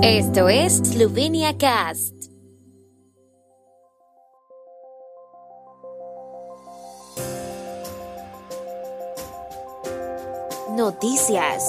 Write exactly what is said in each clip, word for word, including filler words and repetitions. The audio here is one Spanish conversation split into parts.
Esto es Slovenia Cast. Noticias.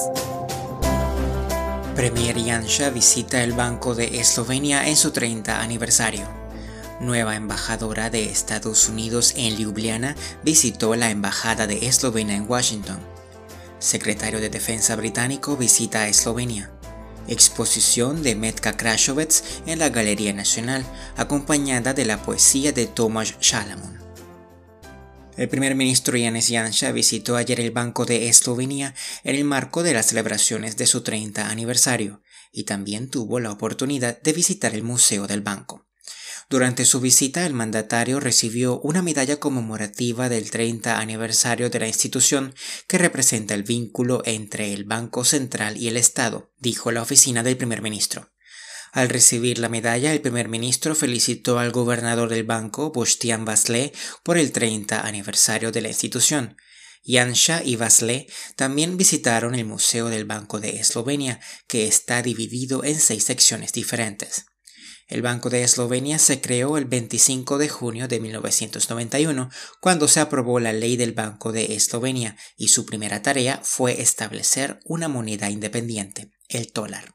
Premier Janša visita el Banco de Eslovenia en su treinta aniversario. Nueva embajadora de Estados Unidos en Ljubljana visitó la Embajada de Eslovenia en Washington. Secretario de Defensa británico visita a Eslovenia. Exposición de Metka Krašovec en la Galería Nacional, acompañada de la poesía de Tomáš Šalamun. El primer ministro Janez Janša visitó ayer el Banco de Eslovenia en el marco de las celebraciones de su treinta aniversario y también tuvo la oportunidad de visitar el Museo del Banco. Durante su visita, el mandatario recibió una medalla conmemorativa del treinta aniversario de la institución que representa el vínculo entre el Banco Central y el Estado, dijo la oficina del primer ministro. Al recibir la medalla, el primer ministro felicitó al gobernador del banco, Boštjan Vasle, por el treinta aniversario de la institución. Janša y Vasle también visitaron el Museo del Banco de Eslovenia, que está dividido en seis secciones diferentes. El Banco de Eslovenia se creó el veinticinco de junio de mil novecientos noventa y uno, cuando se aprobó la ley del Banco de Eslovenia, y su primera tarea fue establecer una moneda independiente, el dólar.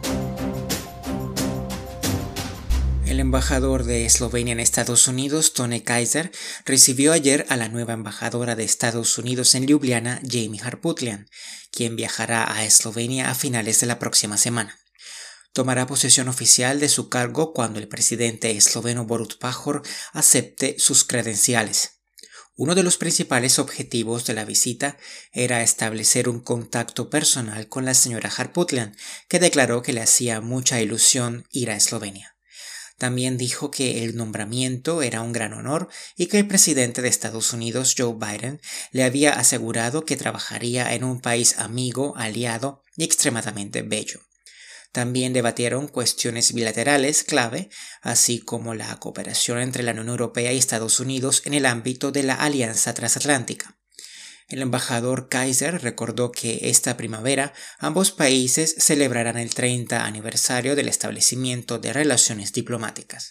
El embajador de Eslovenia en Estados Unidos, Tone Kaiser, recibió ayer a la nueva embajadora de Estados Unidos en Ljubljana, Jamie Harputlian, quien viajará a Eslovenia a finales de la próxima semana. Tomará posesión oficial de su cargo cuando el presidente esloveno Borut Pahor acepte sus credenciales. Uno de los principales objetivos de la visita era establecer un contacto personal con la señora Harputlian, que declaró que le hacía mucha ilusión ir a Eslovenia. También dijo que el nombramiento era un gran honor y que el presidente de Estados Unidos, Joe Biden, le había asegurado que trabajaría en un país amigo, aliado y extremadamente bello. También debatieron cuestiones bilaterales clave, así como la cooperación entre la Unión Europea y Estados Unidos en el ámbito de la Alianza Transatlántica. El embajador Kaiser recordó que esta primavera ambos países celebrarán el treinta aniversario del establecimiento de relaciones diplomáticas.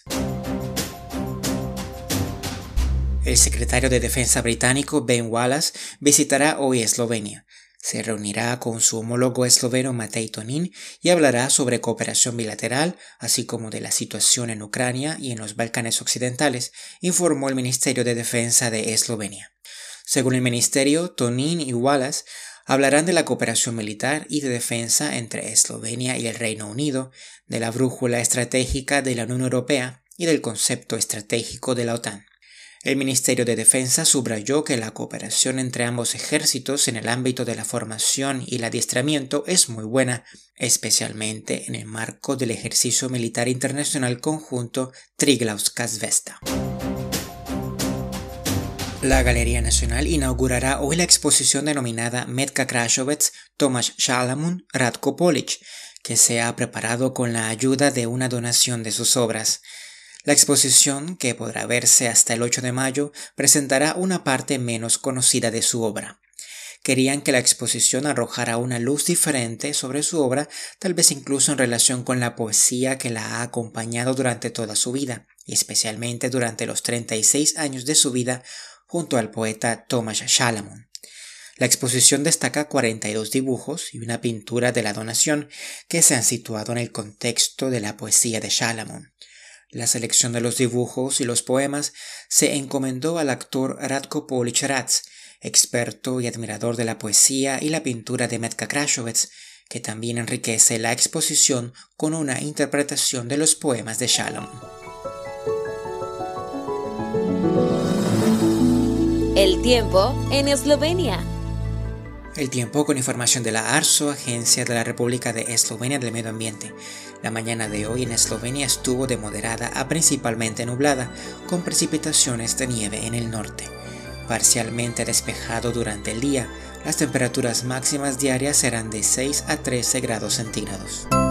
El secretario de Defensa británico Ben Wallace visitará hoy Eslovenia. Se reunirá con su homólogo esloveno Matej Tonin y hablará sobre cooperación bilateral, así como de la situación en Ucrania y en los Balcanes occidentales, informó el Ministerio de Defensa de Eslovenia. Según el ministerio, Tonin y Wallace hablarán de la cooperación militar y de defensa entre Eslovenia y el Reino Unido, de la brújula estratégica de la Unión Europea y del concepto estratégico de la OTAN. El Ministerio de Defensa subrayó que la cooperación entre ambos ejércitos en el ámbito de la formación y el adiestramiento es muy buena, especialmente en el marco del ejercicio militar internacional conjunto Triglavska zvezda. La Galería Nacional inaugurará hoy la exposición denominada Metka Krašovec, Tomáš Šalamun, Ratko Polič, que se ha preparado con la ayuda de una donación de sus obras. La exposición, que podrá verse hasta el ocho de mayo, presentará una parte menos conocida de su obra. Querían que la exposición arrojara una luz diferente sobre su obra, tal vez incluso en relación con la poesía que la ha acompañado durante toda su vida, y especialmente durante los treinta y seis años de su vida junto al poeta Tomáš Šalamun. La exposición destaca cuarenta y dos dibujos y una pintura de la donación que se han situado en el contexto de la poesía de Šalamun. La selección de los dibujos y los poemas se encomendó al actor Ratko Polič-Ratz, experto y admirador de la poesía y la pintura de Metka Krašovec, que también enriquece la exposición con una interpretación de los poemas de Šalamun. El tiempo en Eslovenia. El tiempo con información de la ARSO, Agencia de la República de Eslovenia del Medio Ambiente. La mañana de hoy en Eslovenia estuvo de moderada a principalmente nublada, con precipitaciones de nieve en el norte. Parcialmente despejado durante el día, las temperaturas máximas diarias serán de seis a trece grados centígrados.